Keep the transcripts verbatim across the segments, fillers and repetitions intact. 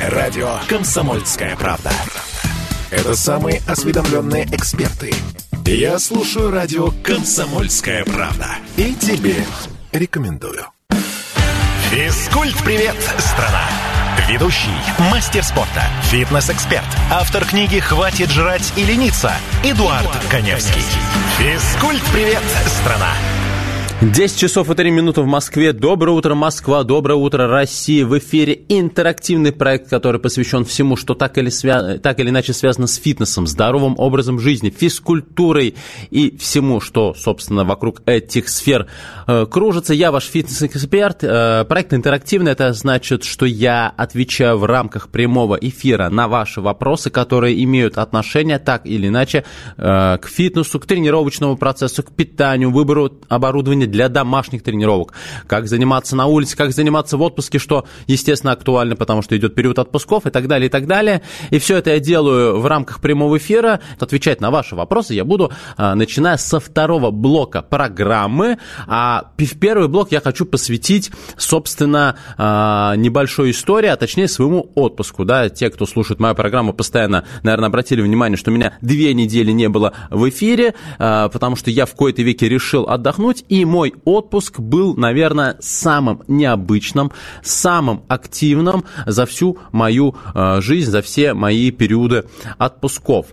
Радио «Комсомольская правда». Это самые осведомленные эксперты. Я слушаю радио «Комсомольская правда». И тебе рекомендую. Физкульт-привет, страна! Ведущий, мастер спорта, фитнес-эксперт, автор книги «Хватит жрать и лениться» Эдуард Коневский. Физкульт-привет, страна! десять часов и три минуты в Москве. Доброе утро, Москва. Доброе утро, Россия. В эфире интерактивный проект, который посвящен всему, что так или, свя... так или иначе связано с фитнесом, здоровым образом жизни, физкультурой и всему, что, собственно, вокруг этих сфер э, кружится. Я ваш фитнес-эксперт. Э, проект интерактивный. Это значит, что я отвечаю в рамках прямого эфира на ваши вопросы, которые имеют отношение так или иначе э, к фитнесу, к тренировочному процессу, к питанию, выбору оборудования для домашних тренировок, как заниматься на улице, как заниматься в отпуске, что, естественно, актуально, потому что идет период отпусков и так далее, и так далее. И все это я делаю в рамках прямого эфира. Отвечать на ваши вопросы я буду, начиная со второго блока программы. А в первый блок я хочу посвятить, собственно, небольшой истории, а точнее своему отпуску. Да? Те, кто слушает мою программу, постоянно, наверное, обратили внимание, что меня две недели не было в эфире, потому что я в кои-то веки решил отдохнуть, и мой Мой отпуск был, наверное, самым необычным, самым активным за всю мою э, жизнь, за все мои периоды отпусков.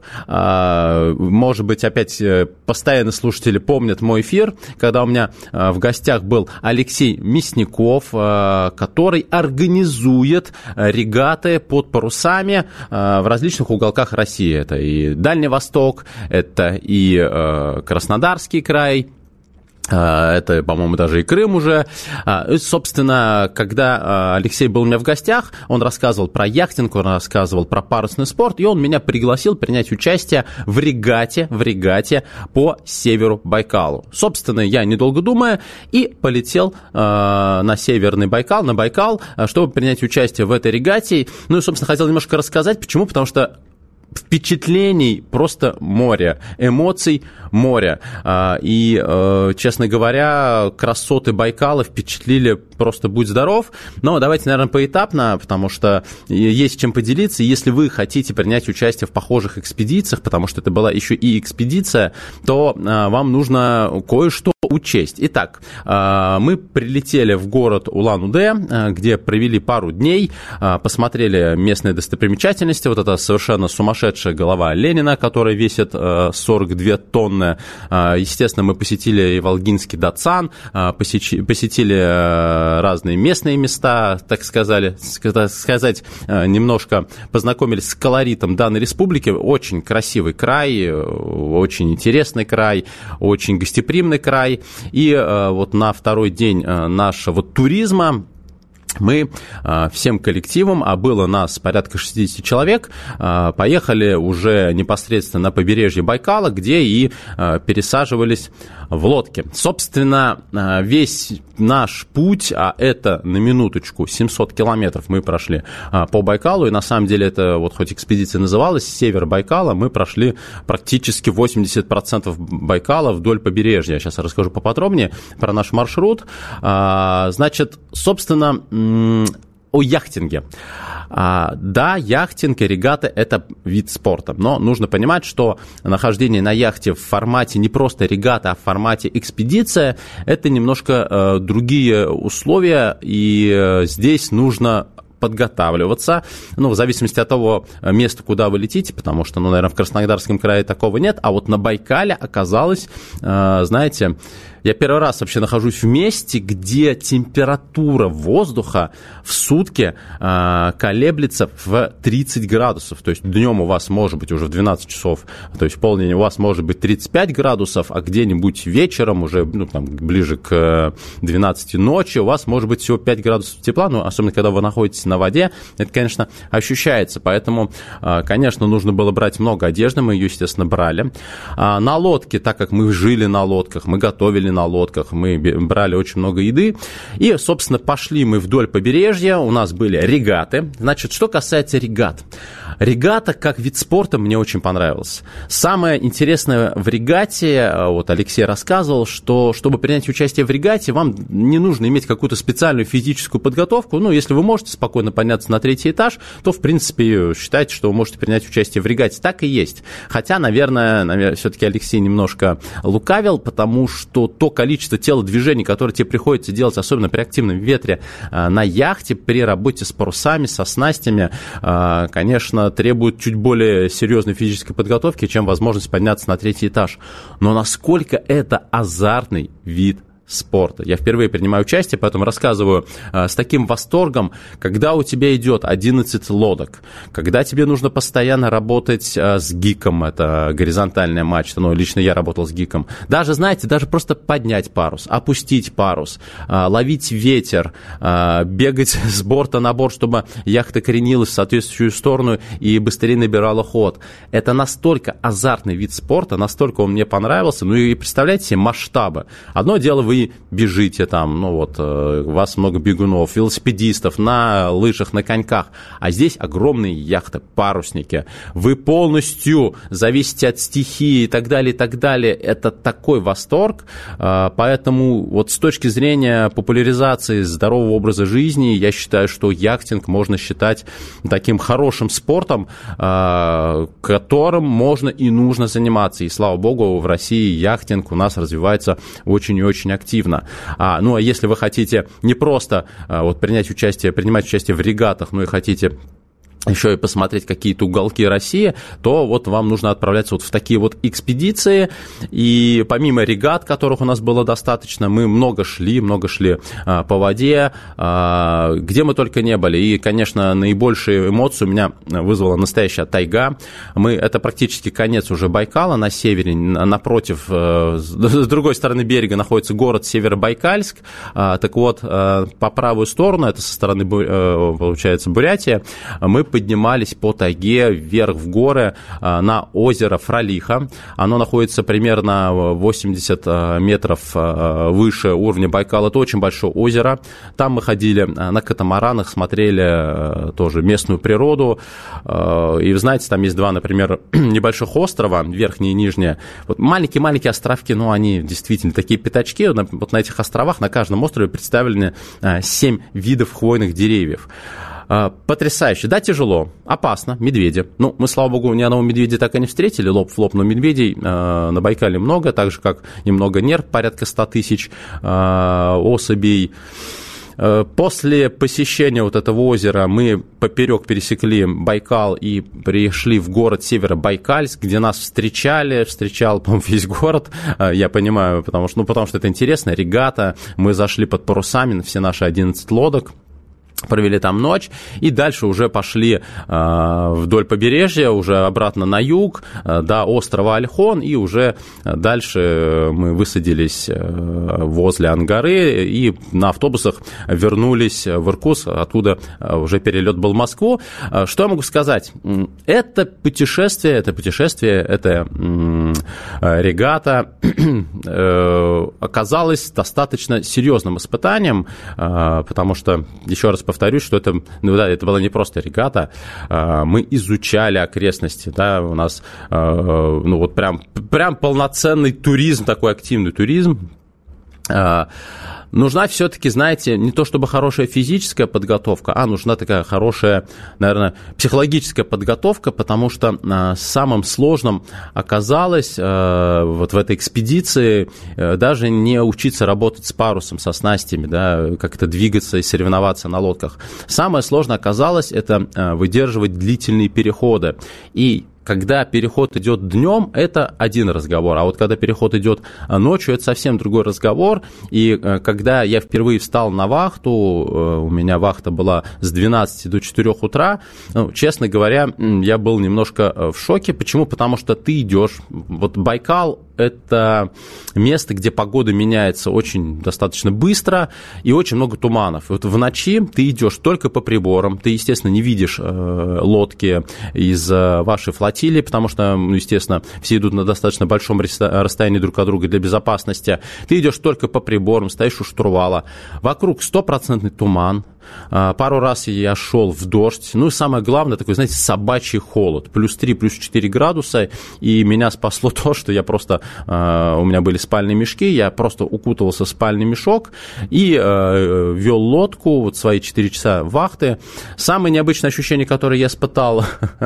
Э, может быть, опять э, постоянные слушатели помнят мой эфир, когда у меня э, в гостях был Алексей Мясников, э, который организует регаты под парусами э, в различных уголках России. Это и Дальний Восток, это и э, Краснодарский край. Это, по-моему, даже и Крым уже. И, собственно, когда Алексей был у меня в гостях, он рассказывал про яхтинг, он рассказывал про парусный спорт, и он меня пригласил принять участие в регате, в регате по северу Байкалу. Собственно, я, недолго думая, и полетел на Северный Байкал, на Байкал, чтобы принять участие в этой регате. Ну и, собственно, хотел немножко рассказать, почему, потому что впечатлений просто море, эмоций море. И, честно говоря, красоты Байкала впечатлили просто будь здоров. Но давайте, наверное, поэтапно, потому что есть чем поделиться. Если вы хотите принять участие в похожих экспедициях, потому что это была еще и экспедиция, то вам нужно кое-что учесть. Итак, мы прилетели в город Улан-Удэ, где провели пару дней, посмотрели местные достопримечательности. Вот это совершенно сумасшедшая голова Ленина, которая весит сорок две тонны. Естественно, мы посетили и Волгинский Дацан, посетили разные местные места, так сказали, сказать, немножко познакомились с колоритом данной республики. Очень красивый край, очень интересный край, очень гостеприимный край. И вот на второй день нашего туризма мы э, всем коллективом, а было нас порядка шестьдесят человек, э, поехали уже непосредственно на побережье Байкала, где и э, пересаживались в лодки. Собственно, э, весь наш путь, а это на минуточку семьсот километров мы прошли э, по Байкалу, и на самом деле это, вот хоть экспедиция называлась «Север Байкала», мы прошли практически восемьдесят процентов Байкала вдоль побережья. Я сейчас расскажу поподробнее про наш маршрут. Э, значит, собственно, о яхтинге. А, да, яхтинг и регаты – это вид спорта, но нужно понимать, что нахождение на яхте в формате не просто регата, а в формате экспедиция – это немножко э, другие условия, и э, здесь нужно подготавливаться, ну, в зависимости от того места, куда вы летите, потому что, ну, наверное, в Краснодарском крае такого нет, а вот на Байкале оказалось, э, знаете, я первый раз вообще нахожусь в месте, где температура воздуха в сутки э, колеблется в тридцать градусов. То есть днем у вас может быть уже в двенадцать часов, то есть в полдень у вас может быть тридцать пять градусов, а где-нибудь вечером, уже ну, там, ближе к двенадцати ночи, у вас может быть всего пять градусов тепла, ну, особенно когда вы находитесь на воде, это, конечно, ощущается. Поэтому, э, конечно, нужно было брать много одежды, мы ее, естественно, брали. А на лодке, так как мы жили на лодках, мы готовили на лодках, мы брали очень много еды. И, собственно, пошли мы вдоль побережья, у нас были регаты. Значит, что касается регат. Регата как вид спорта мне очень понравился. Самое интересное в регате, вот Алексей рассказывал, что чтобы принять участие в регате, вам не нужно иметь какую-то специальную физическую подготовку. Ну, если вы можете спокойно подняться на третий этаж, то, в принципе, считайте, что вы можете принять участие в регате. Так и есть. Хотя, наверное, наверное все-таки Алексей немножко лукавил, потому что то количество телодвижений, которые тебе приходится делать, особенно при активном ветре на яхте, при работе с парусами, со снастями, конечно, требует чуть более серьезной физической подготовки, чем возможность подняться на третий этаж. Но насколько это азартный вид спорта. Я впервые принимаю участие, поэтому рассказываю э, с таким восторгом, когда у тебя идет одиннадцать лодок, когда тебе нужно постоянно работать э, с гиком, это горизонтальная мачта, ну, лично я работал с гиком, даже, знаете, даже просто поднять парус, опустить парус, э, ловить ветер, э, бегать с борта на борт, чтобы яхта кренилась в соответствующую сторону и быстрее набирала ход. Это настолько азартный вид спорта, настолько он мне понравился, ну и представляете себе масштабы. Одно дело, вы бежите там, ну вот, у вас много бегунов, велосипедистов на лыжах, на коньках, а здесь огромные яхты, парусники. Вы полностью зависите от стихии и так далее, и так далее. Это такой восторг, поэтому вот с точки зрения популяризации здорового образа жизни, я считаю, что яхтинг можно считать таким хорошим спортом, которым можно и нужно заниматься. И, слава богу, в России яхтинг у нас развивается очень и очень активно. Активно. А, ну, а если вы хотите не просто а, вот, принять участие, принимать участие в регатах, но и хотите еще и посмотреть какие-то уголки России, то вот вам нужно отправляться вот в такие вот экспедиции. И помимо регат, которых у нас было достаточно, мы много шли, много шли а, по воде, а, где мы только не были. И, конечно, наибольшие эмоции у меня вызвала настоящая тайга. Мы, это практически конец уже Байкала на севере, напротив, с другой стороны берега находится город Северобайкальск. А, так вот, по правую сторону, это со стороны, получается, Бурятия, мы поднимались по тайге вверх в горы на озеро Фролиха. Оно находится примерно восемьдесят метров выше уровня Байкала. Это очень большое озеро. Там мы ходили на катамаранах, смотрели тоже местную природу. И вы знаете, там есть два, например, небольших острова, верхние и нижние. Вот маленькие-маленькие островки, но они действительно такие пятачки. Вот на этих островах, на каждом острове представлены семь видов хвойных деревьев. Потрясающе. Да, тяжело, опасно, медведи. Ну, мы, слава богу, ни одного медведя так и не встретили, лоб в лоб, но медведей э, на Байкале много, так же, как немного нерв, порядка ста тысяч э, особей. После посещения вот этого озера мы поперек пересекли Байкал и пришли в город Северобайкальск, где нас встречали, встречал, по-моему, весь город, я понимаю, потому что, ну, потому что это интересно, регата, мы зашли под парусами на все наши одиннадцать лодок, провели там ночь, и дальше уже пошли э, вдоль побережья, уже обратно на юг, э, до острова Ольхон, и уже дальше мы высадились э, возле Ангары и на автобусах вернулись в Иркутск, оттуда уже перелет был в Москву. Что я могу сказать? Это путешествие, это путешествие, это э, регата э, оказалось достаточно серьезным испытанием, э, потому что, еще раз повторюсь, что это, ну, да, это была не просто регата, мы изучали окрестности, да, у нас, ну, вот прям, прям полноценный туризм, такой активный туризм. Нужна все-таки, знаете, не то чтобы хорошая физическая подготовка, а нужна такая хорошая, наверное, психологическая подготовка, потому что э, самым сложным оказалось э, вот в этой экспедиции э, даже не учиться работать с парусом, со снастями, да, как-то двигаться и соревноваться на лодках. Самое сложное оказалось это э, выдерживать длительные переходы. И когда переход идет днем, это один разговор, а вот когда переход идет ночью, это совсем другой разговор. И когда я впервые встал на вахту, у меня вахта была с двенадцати до четырёх утра, ну, честно говоря, я был немножко в шоке. Почему? Потому что ты идешь, вот Байкал – это место, где погода меняется очень достаточно быстро и очень много туманов. И вот в ночи ты идешь только по приборам, ты, естественно, не видишь э, лодки из э, вашей флотилии, потому что, ну, естественно, все идут на достаточно большом расстоянии друг от друга для безопасности. Ты идешь только по приборам, стоишь у штурвала, вокруг стопроцентный туман, Пару раз я шел в дождь. Ну и самое главное, такой, знаете, собачий холод. Плюс три, плюс четыре градуса. И меня спасло то, что я просто... У меня были спальные мешки, я просто укутывался в спальный мешок и вел лодку, вот свои четыре часа вахты. Самое необычное ощущение, которое я испытал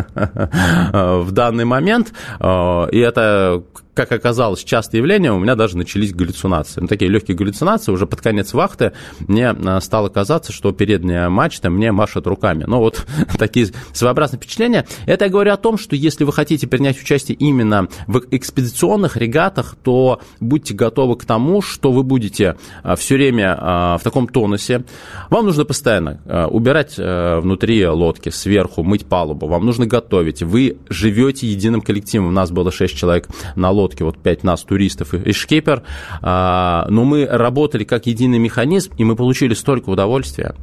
в данный момент, и это... Как оказалось, частое явление, у меня даже начались галлюцинации. Ну, такие легкие галлюцинации. Уже под конец вахты мне стало казаться, что передняя мачта мне машет руками. Ну, вот такие своеобразные впечатления. Это я говорю о том, что если вы хотите принять участие именно в экспедиционных регатах, то будьте готовы к тому, что вы будете все время в таком тонусе. Вам нужно постоянно убирать внутри лодки, сверху, мыть палубу. Вам нужно готовить. Вы живете единым коллективом. У нас было шесть человек на лодке. Лодки, вот пять нас, туристов и шкипер, но мы работали как единый механизм, и мы получили столько удовольствия.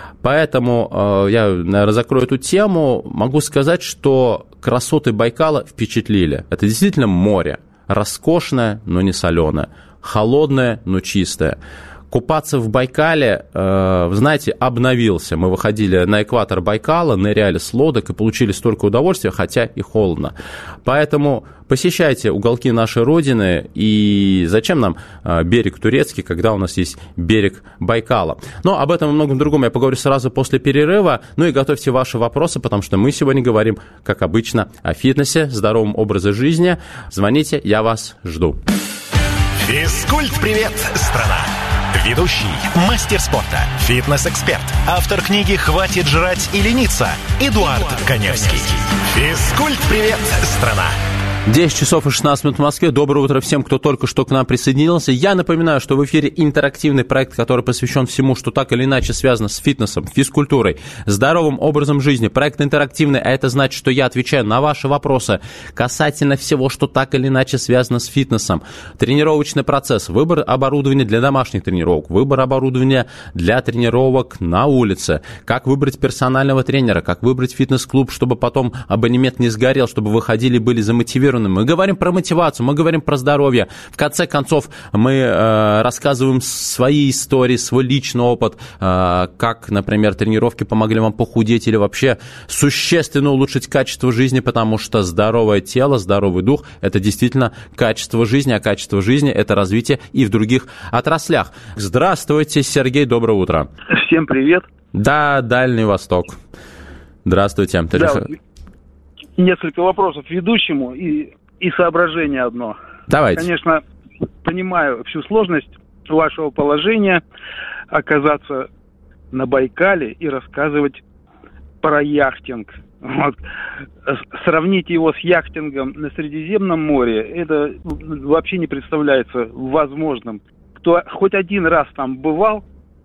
Поэтому я, наверное, закрою эту тему. Могу сказать, что красоты Байкала впечатлили. Это действительно море. Роскошное, но не соленое. Холодное, но чистое. Купаться в Байкале, вы знаете, обновился. Мы выходили на экватор Байкала, ныряли с лодок и получили столько удовольствия, хотя и холодно. Поэтому посещайте уголки нашей Родины. И зачем нам берег турецкий, когда у нас есть берег Байкала? Но об этом и многом другом я поговорю сразу после перерыва. Ну и готовьте ваши вопросы, потому что мы сегодня говорим, как обычно, о фитнесе, здоровом образе жизни. Звоните, я вас жду. Физкульт-привет, страна! Ведущий, мастер спорта, фитнес-эксперт, автор книги «Хватит жрать и лениться» Эдуард Коневский. Физкульт-привет, страна! десять часов и шестнадцать минут в Москве. Доброе утро всем, кто только что к нам присоединился. Я напоминаю, что в эфире интерактивный проект, который посвящен всему, что так или иначе связано с фитнесом, физкультурой, здоровым образом жизни. Проект интерактивный, а это значит, что я отвечаю на ваши вопросы касательно всего, что так или иначе связано с фитнесом. Тренировочный процесс, выбор оборудования для домашних тренировок, выбор оборудования для тренировок на улице, как выбрать персонального тренера, как выбрать фитнес-клуб, чтобы потом абонемент не сгорел, чтобы вы ходили, были замотивированы. Мы говорим про мотивацию, мы говорим про здоровье. В конце концов, мы э, рассказываем свои истории, свой личный опыт, э, как, например, тренировки помогли вам похудеть или вообще существенно улучшить качество жизни, потому что здоровое тело, здоровый дух – это действительно качество жизни, а качество жизни – это развитие и в других отраслях. Здравствуйте, Сергей, доброе утро. Всем привет. Да, Дальний Восток. Здравствуйте. Да, несколько вопросов ведущему и, и соображение одно. Давайте. Конечно, понимаю всю сложность вашего положения оказаться на Байкале и рассказывать про яхтинг. Вот. Сравнить его с яхтингом на Средиземном море, это вообще не представляется возможным. Кто хоть один раз там бывал,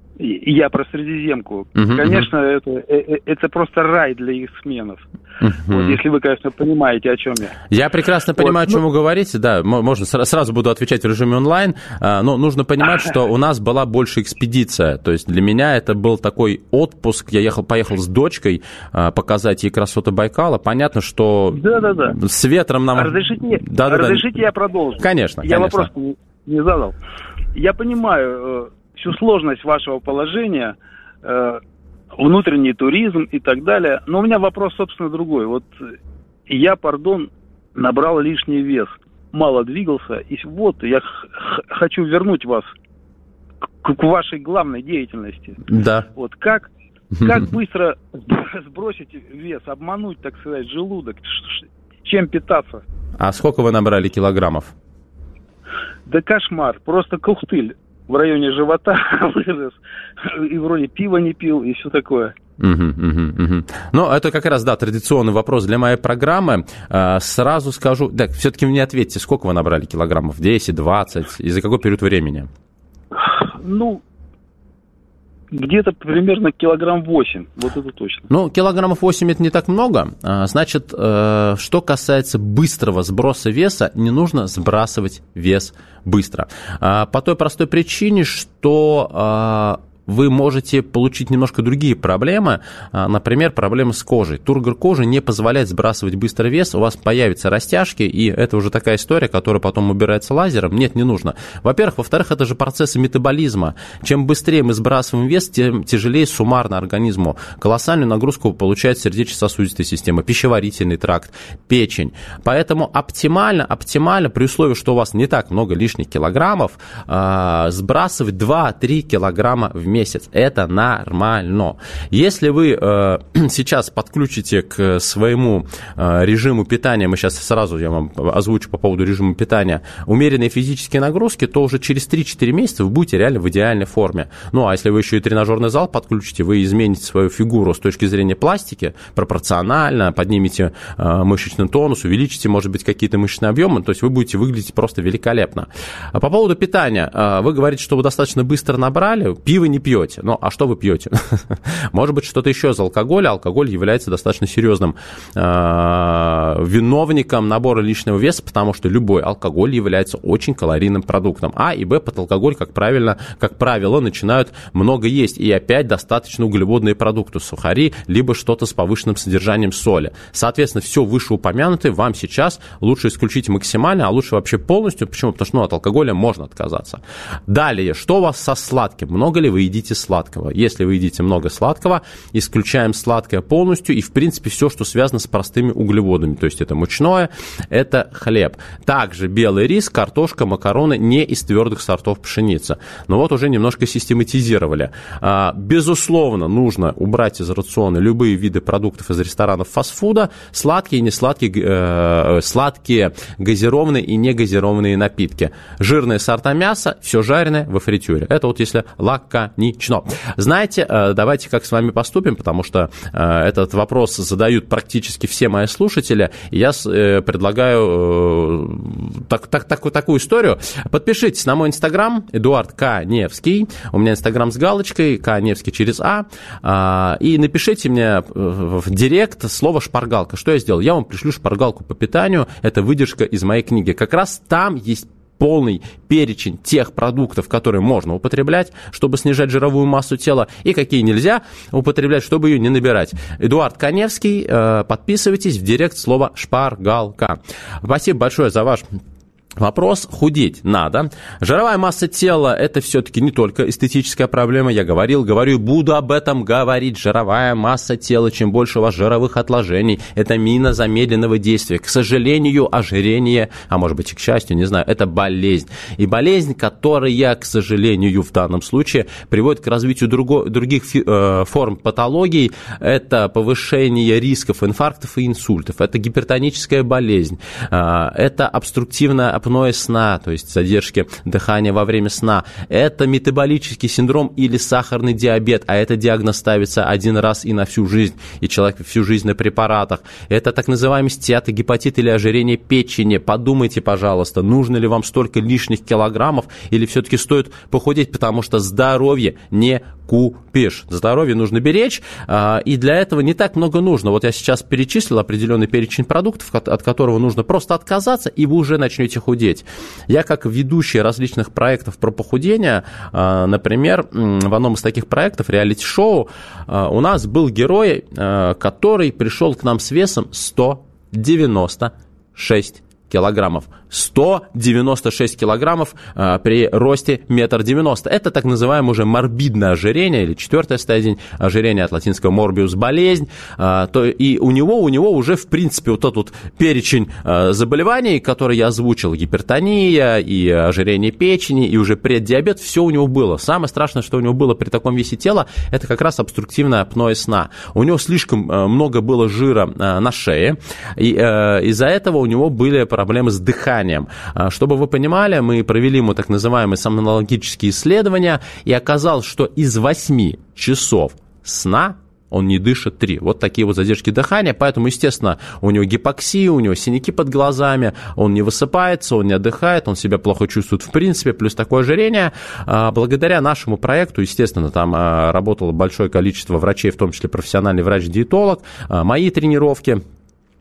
я про Средиземку, uh-huh, конечно, uh-huh. Это, это просто рай для их сменов. Uh-huh. Вот, если вы, конечно, понимаете, о чем я. Я прекрасно понимаю, вот, о чем ну... вы говорите, да, можно сразу буду отвечать в режиме онлайн, но нужно понимать, что у нас была больше экспедиция, то есть для меня это был такой отпуск, я ехал, поехал с дочкой показать ей красоты Байкала, понятно, что да-да-да. С ветром нам... Разрешите, да, разрешите да, я продолжу? Конечно, я конечно. вопрос не, не задал. Я понимаю всю сложность вашего положения, э, внутренний туризм и так далее. Но у меня вопрос, собственно, другой. Вот я, пардон, набрал лишний вес, мало двигался, и вот я х- хочу вернуть вас к, к вашей главной деятельности. Да. Вот как, как быстро сбросить вес, обмануть, так сказать, желудок, чем питаться? А сколько вы набрали килограммов? Да кошмар, просто кухтыль. В районе живота вырос, и вроде пива не пил, и все такое. Угу, угу, угу. Ну, это как раз, да, традиционный вопрос для моей программы. Сразу скажу, да, все-таки мне ответьте, сколько вы набрали килограммов? десять, двадцать? И за какой период времени? Ну, где-то примерно килограмм восемь, вот это точно. Ну, килограммов восемь это не так много. Значит, что касается быстрого сброса веса, не нужно сбрасывать вес быстро. По той простой причине, что вы можете получить немножко другие проблемы, например, проблемы с кожей. Тургор кожи не позволяет сбрасывать быстро вес, у вас появятся растяжки, и это уже такая история, которая потом убирается лазером. Нет, не нужно. Во-первых, во-вторых, это же процессы метаболизма. Чем быстрее мы сбрасываем вес, тем тяжелее суммарно организму. Колоссальную нагрузку получает сердечно-сосудистая система, пищеварительный тракт, печень. Поэтому оптимально, оптимально, при условии, что у вас не так много лишних килограммов, сбрасывать два-три килограмма в месяц. месяц. Это нормально. Если вы э, сейчас подключите к своему э, режиму питания, мы сейчас сразу я вам озвучу по поводу режима питания, умеренные физические нагрузки, то уже через три-четыре месяца вы будете реально в идеальной форме. Ну, а если вы еще и тренажерный зал подключите, вы измените свою фигуру с точки зрения пластики пропорционально, поднимете э, мышечный тонус, увеличите, может быть, какие-то мышечные объемы, то есть вы будете выглядеть просто великолепно. А по поводу питания, э, вы говорите, что вы достаточно быстро набрали, пиво не пьете. Ну, а что вы пьете? Может быть, что-то еще из алкоголя. Алкоголь является достаточно серьезным э, виновником набора лишнего веса, потому что любой алкоголь является очень калорийным продуктом. А и Б, под алкоголь, как правило, как правило, начинают много есть. И опять достаточно углеводные продукты, сухари, либо что-то с повышенным содержанием соли. Соответственно, все вышеупомянутое вам сейчас лучше исключить максимально, а лучше вообще полностью. Почему? Потому что ну, от алкоголя можно отказаться. Далее, что у вас со сладким? Много ли вы едите сладкого? Если вы едите много сладкого, исключаем сладкое полностью и, в принципе, все, что связано с простыми углеводами. То есть это мучное, это хлеб. Также белый рис, картошка, макароны не из твердых сортов пшеницы. Но вот уже немножко систематизировали. Безусловно, нужно убрать из рациона любые виды продуктов из ресторанов фастфуда, сладкие и несладкие, сладкие, газированные и негазированные напитки. Жирные сорта мяса, все жареное во фритюре. Это вот если лаконично. Знаете, давайте как с вами поступим, потому что этот вопрос задают практически все мои слушатели. Я предлагаю так, так, так, такую историю. Подпишитесь на мой инстаграм, Эдуард К. Невский. У меня инстаграм с галочкой, К. Невский через А. И напишите мне в директ слово «шпаргалка». Что я сделал? Я вам пришлю шпаргалку по питанию. Это выдержка из моей книги. Как раз там есть полный перечень тех продуктов, которые можно употреблять, чтобы снижать жировую массу тела, и какие нельзя употреблять, чтобы ее не набирать. Эдуард Коневский, подписывайтесь в директ слово «шпаргалка». Спасибо большое за ваш вопрос. Худеть надо. Жировая масса тела – это все-таки не только эстетическая проблема. Я говорил, говорю, буду об этом говорить. Жировая масса тела, чем больше у вас жировых отложений, это мина замедленного действия. К сожалению, ожирение, а может быть и к счастью, не знаю, это болезнь. И болезнь, которая, к сожалению, в данном случае приводит к развитию друго, других фи, э, форм патологий. Это повышение рисков инфарктов и инсультов. Это гипертоническая болезнь. Э, это обструктивная апноэ сна, то есть задержки дыхания во время сна. Это метаболический синдром или сахарный диабет, а это диагноз ставится один раз и на всю жизнь, и человек всю жизнь на препаратах. Это так называемый стеатогепатит или ожирение печени. Подумайте, пожалуйста, нужно ли вам столько лишних килограммов, или все-таки стоит похудеть, потому что здоровье не купишь. Здоровье нужно беречь, и для этого не так много нужно. Вот я сейчас перечислил определенный перечень продуктов, от которого нужно просто отказаться, и вы уже начнете худеть. Я как ведущий различных проектов про похудение, например, в одном из таких проектов, реалити-шоу, у нас был герой, который пришел к нам с весом сто девяносто шесть килограммов. сто девяносто шесть килограммов а, при росте метр девяносто. Это так называемое уже морбидное ожирение, или четвертая стадия ожирения, от латинского морбиус, болезнь. А, то, и у него, у него уже, в принципе, вот этот вот перечень а, заболеваний, который я озвучил, гипертония и ожирение печени, и уже преддиабет, все у него было. Самое страшное, что у него было при таком весе тела, это как раз обструктивное апноэ сна. У него слишком а, много было жира а, на шее, и а, из-за этого у него были проблемы с дыханием. Чтобы вы понимали, мы провели ему так называемые сомнологические исследования, и оказалось, что из восьми часов сна он не дышит три. Вот такие вот задержки дыхания, поэтому, естественно, у него гипоксия, у него синяки под глазами, он не высыпается, он не отдыхает, он себя плохо чувствует в принципе, плюс такое ожирение. Благодаря нашему проекту, естественно, там работало большое количество врачей, в том числе профессиональный врач-диетолог, мои тренировки,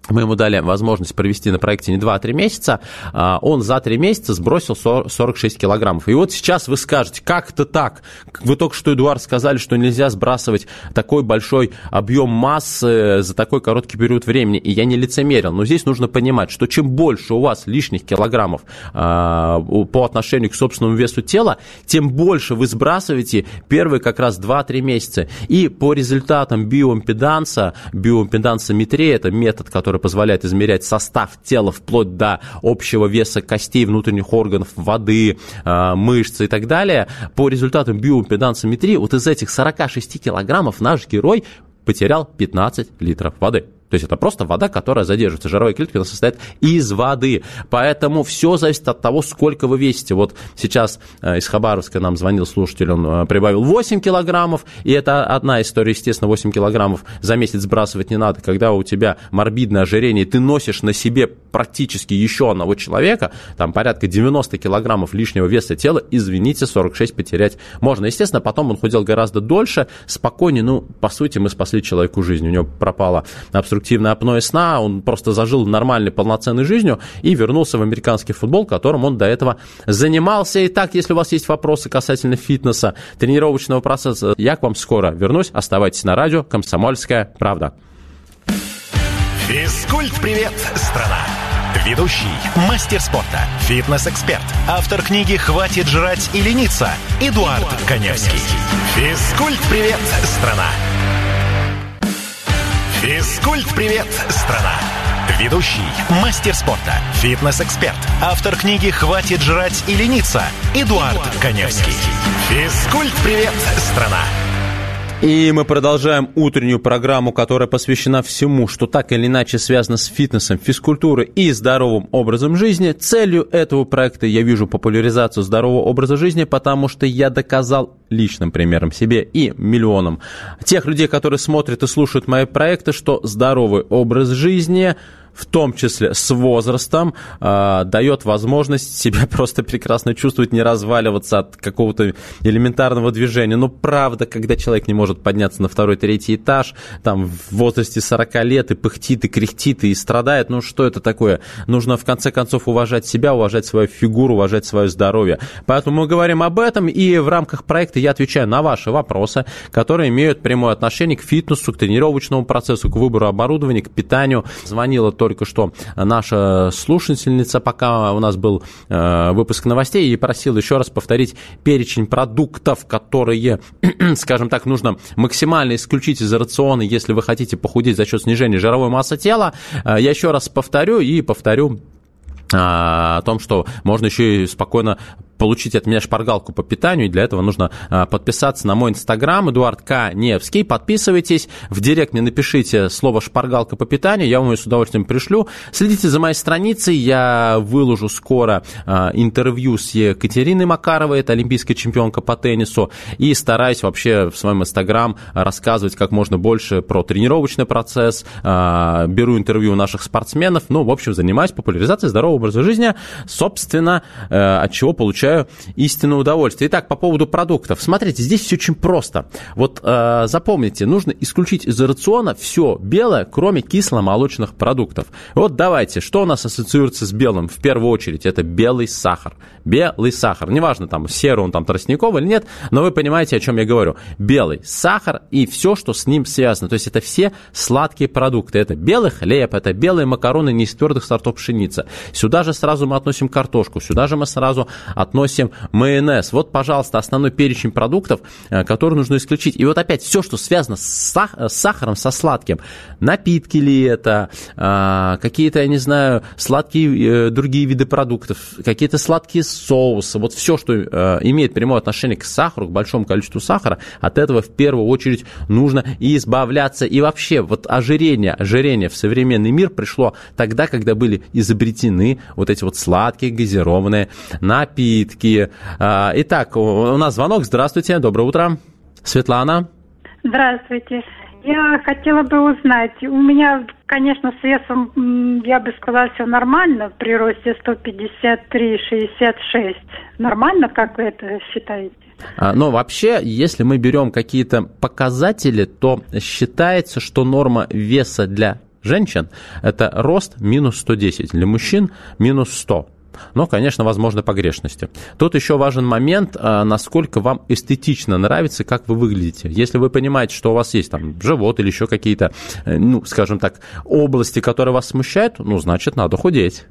мы ему дали возможность провести на проекте не два, а три месяца, он за три месяца сбросил сорок шесть килограммов. И вот сейчас вы скажете, как это так? Вы только что, Эдуард, сказали, что нельзя сбрасывать такой большой объем массы за такой короткий период времени, и я не лицемерил. Но здесь нужно понимать, что чем больше у вас лишних килограммов по отношению к собственному весу тела, тем больше вы сбрасываете первые как раз два-три месяца. И по результатам биоимпеданса, биоимпедансометрия, это метод, который позволяет измерять состав тела вплоть до общего веса костей, внутренних органов, воды, мышц и так далее. По результатам биоимпедансометрии вот из этих сорока шести килограммов наш герой потерял пятнадцать литров воды. То есть это просто вода, которая задерживается. Жировая клетка состоит из воды. Поэтому все зависит от того, сколько вы весите. Вот сейчас из Хабаровска нам звонил слушатель, он прибавил восемь килограммов. И это одна история, естественно, восемь килограммов за месяц сбрасывать не надо. Когда у тебя морбидное ожирение, ты носишь на себе практически еще одного человека, там порядка девяносто килограммов лишнего веса тела, извините, сорок шесть потерять можно. Естественно, потом он худел гораздо дольше, спокойнее. Ну, по сути, мы спасли человеку жизнь. У него пропала обструктивная апноэ сна, он просто зажил нормальной, полноценной жизнью и вернулся в американский футбол, которым он до этого занимался. Итак, если у вас есть вопросы касательно фитнеса, тренировочного процесса, я к вам скоро вернусь. Оставайтесь на радио «Комсомольская правда». Физкульт-привет, страна! Ведущий, мастер спорта, фитнес-эксперт, автор книги «Хватит жрать и лениться» Эдуард, Эдуард Коневский. Физкульт-привет, страна! Физкульт-привет, страна! Ведущий, мастер спорта, фитнес-эксперт, автор книги «Хватит жрать и лениться» Эдуард, Эдуард Коневский. Физкульт-привет, страна! И мы продолжаем утреннюю программу, которая посвящена всему, что так или иначе связано с фитнесом, физкультурой и здоровым образом жизни. Целью этого проекта я вижу популяризацию здорового образа жизни, потому что я доказал личным примером себе и миллионам тех людей, которые смотрят и слушают мои проекты, что здоровый образ жизни, в том числе с возрастом, э, дает возможность себя просто прекрасно чувствовать, не разваливаться от какого-то элементарного движения. Но правда, когда человек не может подняться на второй, третий этаж, там в возрасте сорока лет и пыхтит, и кряхтит, и страдает, ну что это такое? Нужно в конце концов уважать себя, уважать свою фигуру, уважать свое здоровье. Поэтому мы говорим об этом, и в рамках проекта я отвечаю на ваши вопросы, которые имеют прямое отношение к фитнесу, к тренировочному процессу, к выбору оборудования, к питанию. Звонила только что наша слушательница, пока у нас был э, выпуск новостей, и просила еще раз повторить перечень продуктов, которые, скажем так, нужно максимально исключить из рациона, если вы хотите похудеть за счет снижения жировой массы тела. Э, я еще раз повторю и повторю э, о том, что можно еще и спокойно получить от меня шпаргалку по питанию, и для этого нужно а, подписаться на мой инстаграм, Эдуард К. Невский. Подписывайтесь, в директ мне напишите слово «шпаргалка по питанию», я вам ее с удовольствием пришлю. Следите за моей страницей, я выложу скоро а, интервью с Екатериной Макаровой, это олимпийская чемпионка по теннису, и стараюсь вообще в своем инстаграм рассказывать как можно больше про тренировочный процесс, а, беру интервью у наших спортсменов, ну, в общем, занимаюсь популяризацией здорового образа жизни, собственно, а, от чего получаю истинное удовольствие. Итак, по поводу продуктов. Смотрите, здесь все очень просто. Вот э, запомните, нужно исключить из рациона все белое, кроме кисломолочных продуктов. Вот давайте, что у нас ассоциируется с белым? В первую очередь, это белый сахар. Белый сахар. Неважно, там, серый он там тростниковый или нет, но вы понимаете, о чем я говорю. Белый сахар и все, что с ним связано. То есть это все сладкие продукты. Это белый хлеб, это белые макароны не из твердых сортов пшеницы. Сюда же сразу мы относим картошку, сюда же мы сразу относим Относим майонез. Вот, пожалуйста, основной перечень продуктов, которые нужно исключить. И вот опять все, что связано с сахаром, со сладким. Напитки ли это, какие-то, я не знаю, сладкие другие виды продуктов, какие-то сладкие соусы. Вот все, что имеет прямое отношение к сахару, к большому количеству сахара, от этого в первую очередь нужно избавляться. И вообще, вот ожирение, ожирение в современный мир пришло тогда, когда были изобретены вот эти вот сладкие газированные напитки. Итак, у нас звонок. Здравствуйте, доброе утро. Светлана. Здравствуйте. Я хотела бы узнать, у меня, конечно, с весом, я бы сказала, все нормально, при росте сто пятьдесят три шестьдесят шесть. Нормально, как вы это считаете? Но вообще, если мы берем какие-то показатели, то считается, что норма веса для женщин это рост минус сто десять, для мужчин минус сто. Но, конечно, возможно погрешности. Тут еще важен момент, насколько вам эстетично нравится, как вы выглядите. Если вы понимаете, что у вас есть там живот или еще какие-то, ну, скажем так, области, которые вас смущают, ну, значит, надо худеть.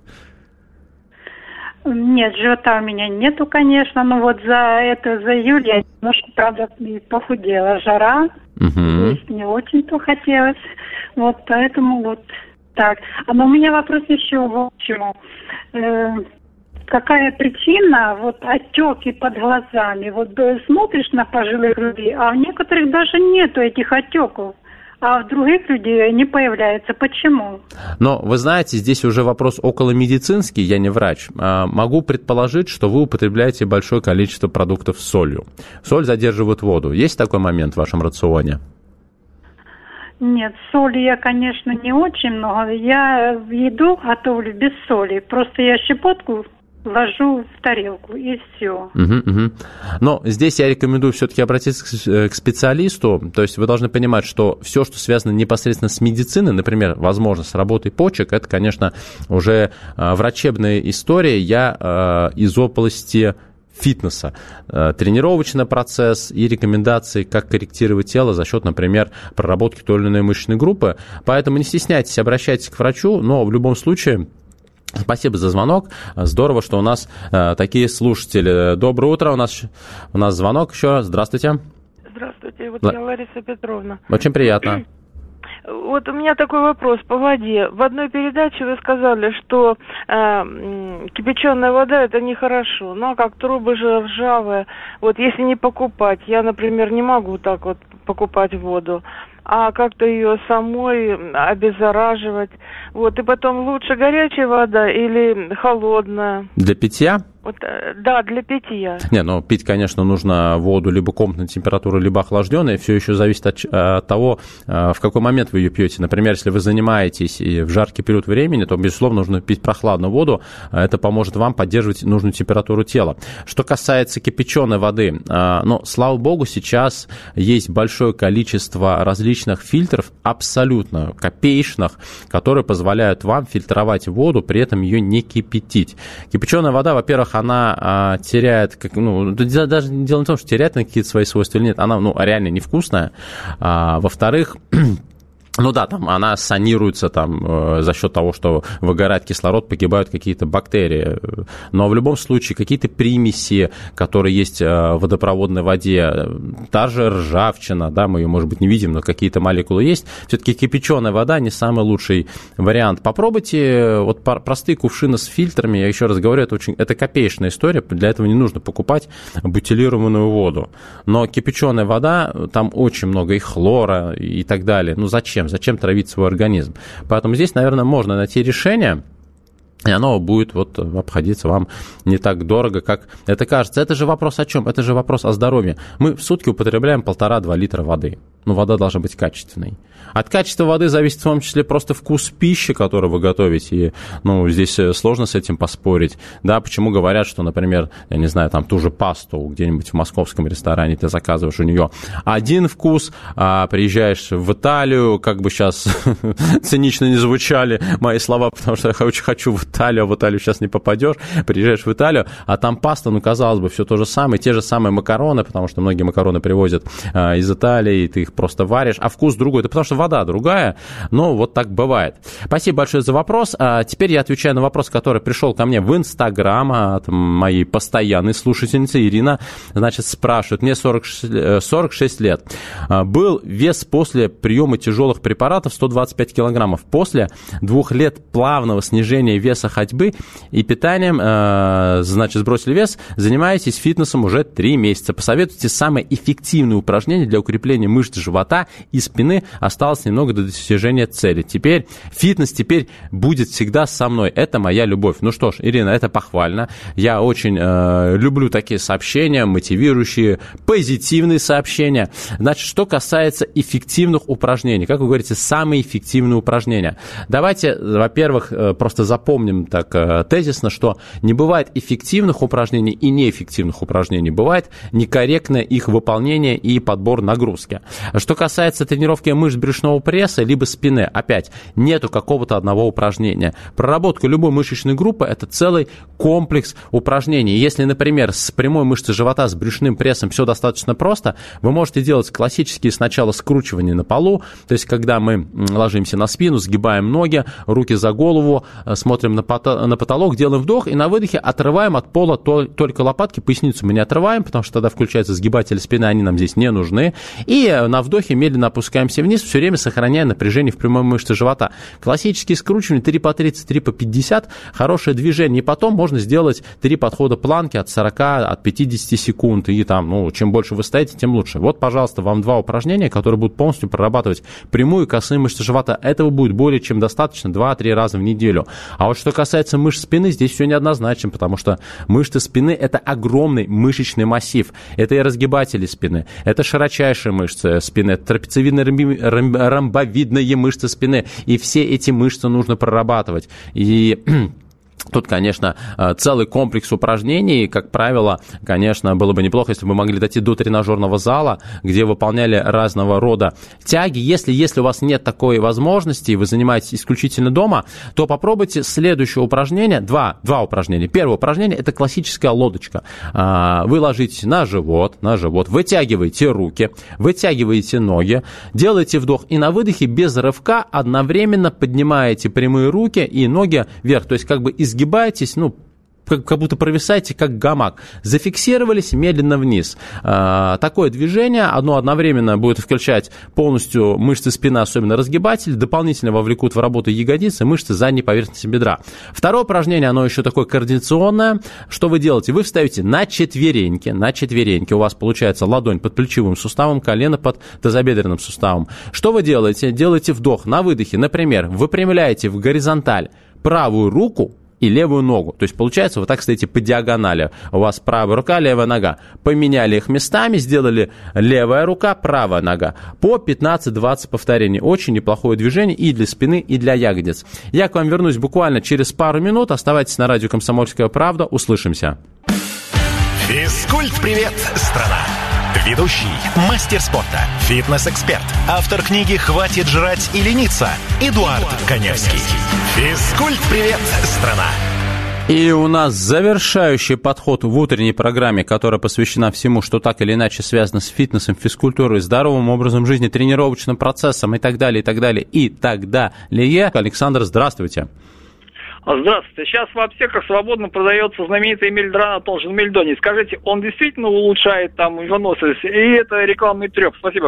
Нет, живота у меня нету, конечно, но вот за это, за июль я немножко, правда, похудела. Жара, угу. Есть не очень-то хотелось, вот поэтому вот так. А но у меня вопрос еще вот к чему. Э, какая причина вот отеки под глазами? Вот смотришь на пожилых людей, а у некоторых даже нету этих отеков. А в других людей не появляется. Почему? Но, вы знаете, здесь уже вопрос околомедицинский, я не врач. Могу предположить, что вы употребляете большое количество продуктов с солью. Соль задерживает воду. Есть такой момент в вашем рационе? Нет, соли я, конечно, не очень много. Я еду готовлю без соли. Просто я щепотку ложу в тарелку, и все. Угу, угу. Но здесь я рекомендую все-таки обратиться к специалисту. То есть вы должны понимать, что все, что связано непосредственно с медициной, например, возможно, с работой почек, это, конечно, уже врачебная история. Я из области фитнеса, тренировочный процесс и рекомендации, как корректировать тело за счет, например, проработки той или иной мышечной группы. Поэтому не стесняйтесь, обращайтесь к врачу, но в любом случае... Спасибо за звонок. Здорово, что у нас э, такие слушатели. Доброе утро. У нас, у нас звонок еще раз. Здравствуйте. Здравствуйте. Вот Л... я Лариса Петровна. Очень приятно. Вот у меня такой вопрос по воде. В одной передаче вы сказали, что э, кипяченая вода это нехорошо. Ну, а как трубы же ржавые. Вот если не покупать, я, например, не могу так вот покупать воду, а как-то ее самой обеззараживать. Вот, и потом лучше горячая вода или холодная? Для питья? Вот, да, для питья. Не, ну пить, конечно, нужно воду либо комнатной температуры, либо охлажденной. Все еще зависит от, от того, в какой момент вы ее пьете. Например, если вы занимаетесь и в жаркий период времени, то, безусловно, нужно пить прохладную воду. Это поможет вам поддерживать нужную температуру тела. Что касается кипяченой воды, ну, слава богу, сейчас есть большое количество различных фильтров, абсолютно копеечных, которые позволяют вам фильтровать воду, при этом ее не кипятить. Кипяченая вода, во-первых, она а, теряет, как, ну, даже дело не в том, что теряет какие-то свои свойства или нет, она, ну, реально невкусная. А, во-вторых, ну да, там она санируется там, за счет того, что выгорает кислород, погибают какие-то бактерии. Но в любом случае какие-то примеси, которые есть в водопроводной воде, та же ржавчина, да, мы ее, может быть, не видим, но какие-то молекулы есть. Все-таки кипяченая вода не самый лучший вариант. Попробуйте вот простые кувшины с фильтрами. Я еще раз говорю, это очень, это копеечная история. Для этого не нужно покупать бутилированную воду. Но кипяченая вода, там очень много и хлора и так далее. Ну зачем? Зачем травить свой организм? Поэтому здесь, наверное, можно найти решение, и оно будет вот обходиться вам не так дорого, как это кажется. Это же вопрос о чем? Это же вопрос о здоровье. Мы в сутки употребляем полтора-два литра воды. Но вода должна быть качественной. От качества воды зависит в том числе просто вкус пищи, которую вы готовите. И, ну, здесь сложно с этим поспорить. Да, почему говорят, что, например, я не знаю, там ту же пасту где-нибудь в московском ресторане ты заказываешь, у нее один вкус, а приезжаешь в Италию, как бы сейчас цинично не звучали мои слова, потому что я очень хочу в Италию, а в Италию сейчас не попадешь, приезжаешь в Италию, а там паста, ну, казалось бы, все то же самое, те же самые макароны, потому что многие макароны привозят а, из Италии, и ты их просто варишь, а вкус другой, это потому что вода другая, но вот так бывает. Спасибо большое за вопрос. А теперь я отвечаю на вопрос, который пришел ко мне в Инстаграм от моей постоянной слушательницы Ирина, значит, спрашивает, мне сорок шесть лет, был вес после приема тяжелых препаратов сто двадцать пять килограммов, после двух лет плавного снижения веса ходьбы и питанием, значит, сбросили вес, занимаетесь фитнесом уже три месяца. Посоветуйте самые эффективные упражнения для укрепления мышц живота и спины. Осталось немного до достижения цели. Теперь фитнес теперь будет всегда со мной. Это моя любовь. Ну что ж, Ирина, это похвально. Я очень э, люблю такие сообщения, мотивирующие, позитивные сообщения. Значит, что касается эффективных упражнений. Как вы говорите, самые эффективные упражнения. Давайте, во-первых, просто запомним, помним так тезисно, что не бывает эффективных упражнений и неэффективных упражнений. Бывает некорректное их выполнение и подбор нагрузки. Что касается тренировки мышц брюшного пресса либо спины, опять, нету какого-то одного упражнения. Проработка любой мышечной группы – это целый комплекс упражнений. Если, например, с прямой мышцей живота, с брюшным прессом все достаточно просто, вы можете делать классические сначала скручивания на полу, то есть когда мы ложимся на спину, сгибаем ноги, руки за голову, смотрим на потолок, делаем вдох и на выдохе отрываем от пола только лопатки, поясницу мы не отрываем, потому что тогда включаются сгибатели спины, они нам здесь не нужны. И на вдохе медленно опускаемся вниз, все время сохраняя напряжение в прямой мышце живота. Классические скручивания три по тридцать, три по пятьдесят, хорошее движение. И потом можно сделать три подхода планки от сорока, от пятидесяти секунд. И там, ну, чем больше вы стоите, тем лучше. Вот, пожалуйста, вам два упражнения, которые будут полностью прорабатывать прямую и косые мышцы живота. Этого будет более чем достаточно два-три раза в неделю. А вот что касается мышц спины, здесь все неоднозначно, потому что мышцы спины – это огромный мышечный массив. Это и разгибатели спины, это широчайшие мышцы спины, это трапециевидно-ромбовидные мышцы спины. И все эти мышцы нужно прорабатывать. И тут, конечно, целый комплекс упражнений. Как правило, конечно, было бы неплохо, если бы мы могли дойти до тренажерного зала, где выполняли разного рода тяги. Если, если у вас нет такой возможности, и вы занимаетесь исключительно дома, то попробуйте следующее упражнение. Два, два упражнения. Первое упражнение – это классическая лодочка. Вы ложитесь на живот, на живот, вытягиваете руки, вытягиваете ноги, делаете вдох и на выдохе без рывка одновременно поднимаете прямые руки и ноги вверх. То есть как бы из Сгибаетесь, ну, как, как будто провисаете, как гамак. Зафиксировались, медленно вниз. А, такое движение, оно одновременно будет включать полностью мышцы спины, особенно разгибатель, дополнительно вовлекут в работу ягодицы, мышцы задней поверхности бедра. Второе упражнение, оно еще такое координационное. Что вы делаете? Вы встаете на четвереньки, на четвереньки. У вас получается ладонь под плечевым суставом, колено под тазобедренным суставом. Что вы делаете? Делаете вдох на выдохе. Например, выпрямляете в горизонталь правую руку и левую ногу. То есть, получается, вы так стоите по диагонали. У вас правая рука, левая нога. Поменяли их местами, сделали левая рука, правая нога. По пятнадцать-двадцать повторений. Очень неплохое движение и для спины, и для ягодиц. Я к вам вернусь буквально через пару минут. Оставайтесь на радио «Комсомольская правда». Услышимся. Физкульт-привет, страна! Ведущий, мастер спорта, фитнес-эксперт, автор книги «Хватит жрать и лениться» Эдуард Коневский. Физкульт-привет, страна! И у нас завершающий подход в утренней программе, которая посвящена всему, что так или иначе связано с фитнесом, физкультурой, здоровым образом жизни, тренировочным процессом и так далее, и так далее, и так далее. Александр, здравствуйте. Здравствуйте. Сейчас в аптеках свободно продается знаменитый мельдронат, он же мельдоний. Скажите, он действительно улучшает там выносливость? И это рекламный треп. Спасибо.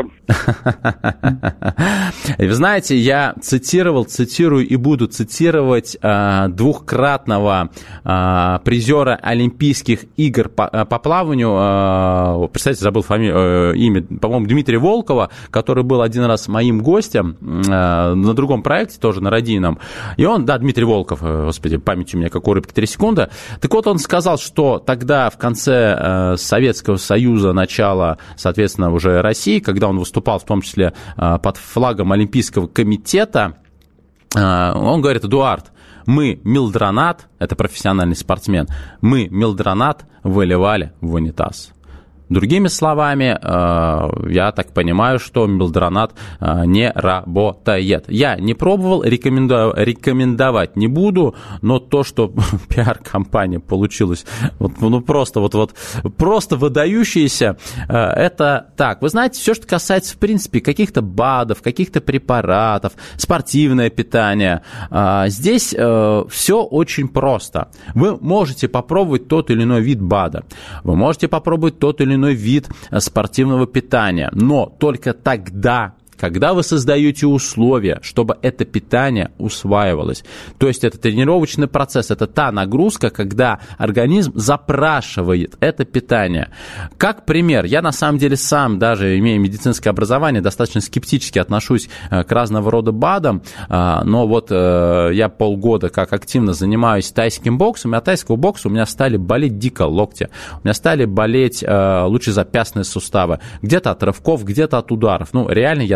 Вы знаете, я цитировал, цитирую и буду цитировать э, двухкратного э, призера Олимпийских игр по, по плаванию. Э, представьте, забыл фамилию, э, имя, по-моему, Дмитрия Волкова, который был один раз моим гостем э, на другом проекте, тоже на радийном. И он, да, Дмитрий Волков, господи, память у меня как у рыбки три секунды. Так вот, он сказал, что тогда в конце э, Советского Союза, начало, соответственно, уже России, когда он выступал в том числе э, под флагом Олимпийского комитета, э, он говорит: Эдуард, мы мелдронат, это профессиональный спортсмен, мы мелдронат выливали в унитаз. Другими словами, я так понимаю, что мелдронат не работает. Я не пробовал, рекоменду... рекомендовать не буду, но то, что пиар-компания получилась вот, ну, просто, вот, вот, просто выдающаяся, это так. Вы знаете, все, что касается, в принципе, каких-то БАДов, каких-то препаратов, спортивное питание, здесь все очень просто. Вы можете попробовать тот или иной вид БАДа, вы можете попробовать тот или иной вид спортивного питания, но только тогда, когда вы создаете условия, чтобы это питание усваивалось. То есть это тренировочный процесс, это та нагрузка, когда организм запрашивает это питание. Как пример, я на самом деле сам, даже имея медицинское образование, достаточно скептически отношусь к разного рода БАДам, но вот я полгода как активно занимаюсь тайским боксом, и от тайского бокса у меня стали болеть дико локти, у меня стали болеть лучезапястные суставы, где-то от рывков, где-то от ударов. Ну, реально я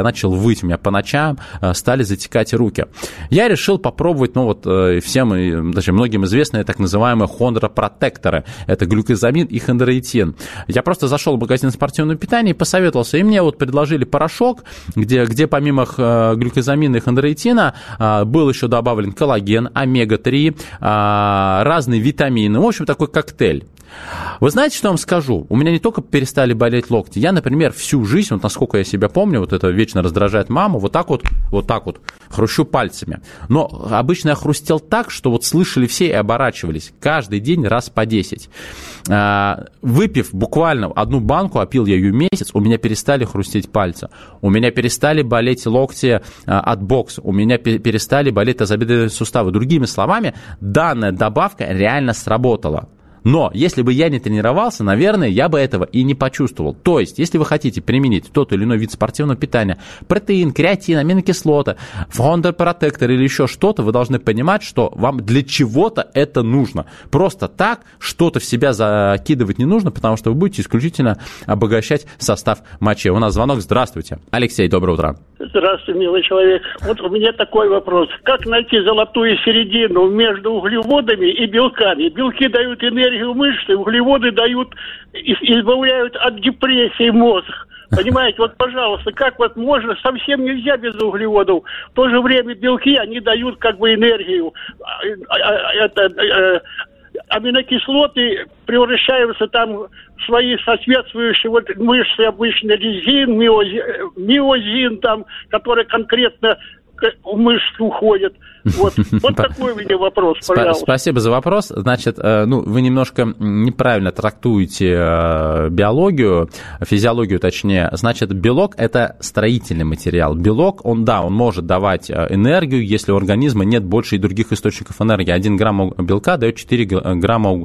начал выть, у меня по ночам стали затекать руки. Я решил попробовать, ну вот всем, даже многим известные так называемые хондропротекторы. Это глюкозамин и хондроитин. Я просто зашел в магазин спортивного питания и посоветовался. И мне вот предложили порошок, где, где помимо глюкозамина и хондроитина был еще добавлен коллаген, омега три, разные витамины. В общем, такой коктейль. Вы знаете, что я вам скажу? У меня не только перестали болеть локти. Я, например, всю жизнь, вот насколько я себя помню, вот это вечно раздражает маму, вот так вот, вот так вот хрущу пальцами. Но обычно я хрустел так, что вот слышали все и оборачивались. Каждый день раз по десять. Выпив буквально одну банку, а пил я ее месяц, у меня перестали хрустеть пальцы. У меня перестали болеть локти от бокса. У меня перестали болеть тазобедренные суставы. Другими словами, данная добавка реально сработала. Но если бы я не тренировался, наверное, я бы этого и не почувствовал. То есть, если вы хотите применить тот или иной вид спортивного питания, протеин, креатин, аминокислоты, хондропротектор или еще что-то, вы должны понимать, что вам для чего-то это нужно. Просто так что-то в себя закидывать не нужно, потому что вы будете исключительно обогащать состав мочи. У нас звонок. Здравствуйте. Алексей, доброе утро. Здравствуй, милый человек. Вот у меня такой вопрос. Как найти золотую середину между углеводами и белками? Белки дают энергию мышцы, углеводы дают, избавляют от депрессии мозг. Понимаете, вот, пожалуйста, как вот можно, совсем нельзя без углеводов. В то же время белки, они дают как бы энергию. Это, аминокислоты превращаются там в свои соответствующие вот мышцы, обычно лизин, миозин, миозин там, который конкретно в мышцы уходит. Вот, вот такой у меня вопрос, пожалуйста. Спасибо за вопрос. Значит, ну, вы немножко неправильно трактуете биологию, физиологию точнее. Значит, белок – это строительный материал. Белок, он, да, он может давать энергию, если у организма нет больше и других источников энергии. Один грамм белка дает четыре грамма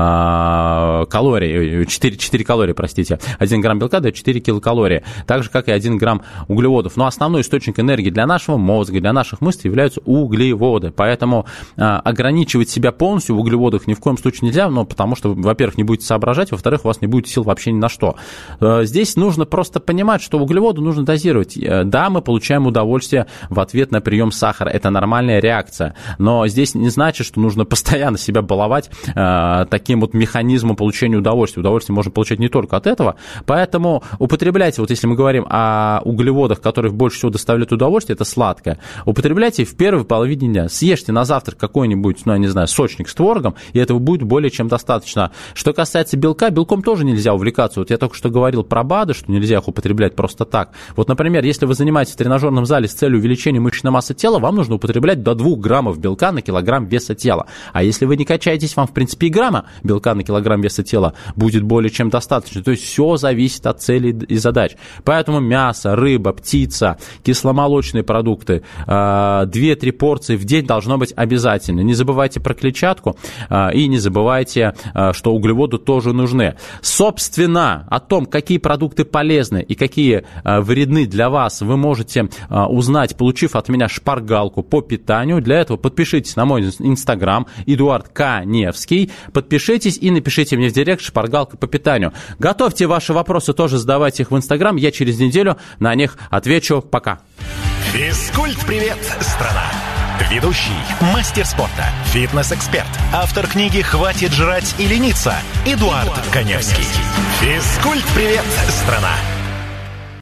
калорий, четыре, четыре калории, простите. Один грамм белка дает четыре килокалории. Так же, как и один грамм углеводов. Но основной источник энергии для нашего мозга, для наших мыслей являются углеводы. Углеводы. Поэтому а, ограничивать себя полностью в углеводах ни в коем случае нельзя, ну, потому что, во-первых, не будете соображать, во-вторых, у вас не будет сил вообще ни на что. А, здесь нужно просто понимать, что углеводы нужно дозировать. Да, мы получаем удовольствие в ответ на прием сахара, это нормальная реакция, но здесь не значит, что нужно постоянно себя баловать а, таким вот механизмом получения удовольствия. Удовольствие можно получать не только от этого, поэтому употребляйте, вот если мы говорим о углеводах, которые больше всего доставляют удовольствие, это сладкое, употребляйте в первой половине дня. Съешьте на завтрак какой-нибудь, ну, я не знаю, сочник с творогом, и этого будет более чем достаточно. Что касается белка, белком тоже нельзя увлекаться. Вот я только что говорил про БАДы, что нельзя их употреблять просто так. Вот, например, если вы занимаетесь в тренажерном зале с целью увеличения мышечной массы тела, вам нужно употреблять до двух граммов белка на килограмм веса тела. А если вы не качаетесь, вам, в принципе, и грамма белка на килограмм веса тела будет более чем достаточно. То есть все зависит от целей и задач. Поэтому мясо, рыба, птица, кисломолочные продукты, две-три порции в день должно быть обязательно. Не забывайте про клетчатку и не забывайте, что углеводы тоже нужны. Собственно, о том, какие продукты полезны и какие вредны для вас, вы можете узнать, получив от меня шпаргалку по питанию. Для этого подпишитесь на мой инстаграм Эдуард Каневский. Подпишитесь и напишите мне в директ шпаргалка по питанию. Готовьте ваши вопросы, тоже задавайте их в инстаграм. Я через неделю на них отвечу. Пока. Физкульт-привет, страна! Ведущий, мастер спорта, фитнес-эксперт, автор книги «Хватит жрать и лениться» Эдуард Каневский. Физкульт-привет, страна!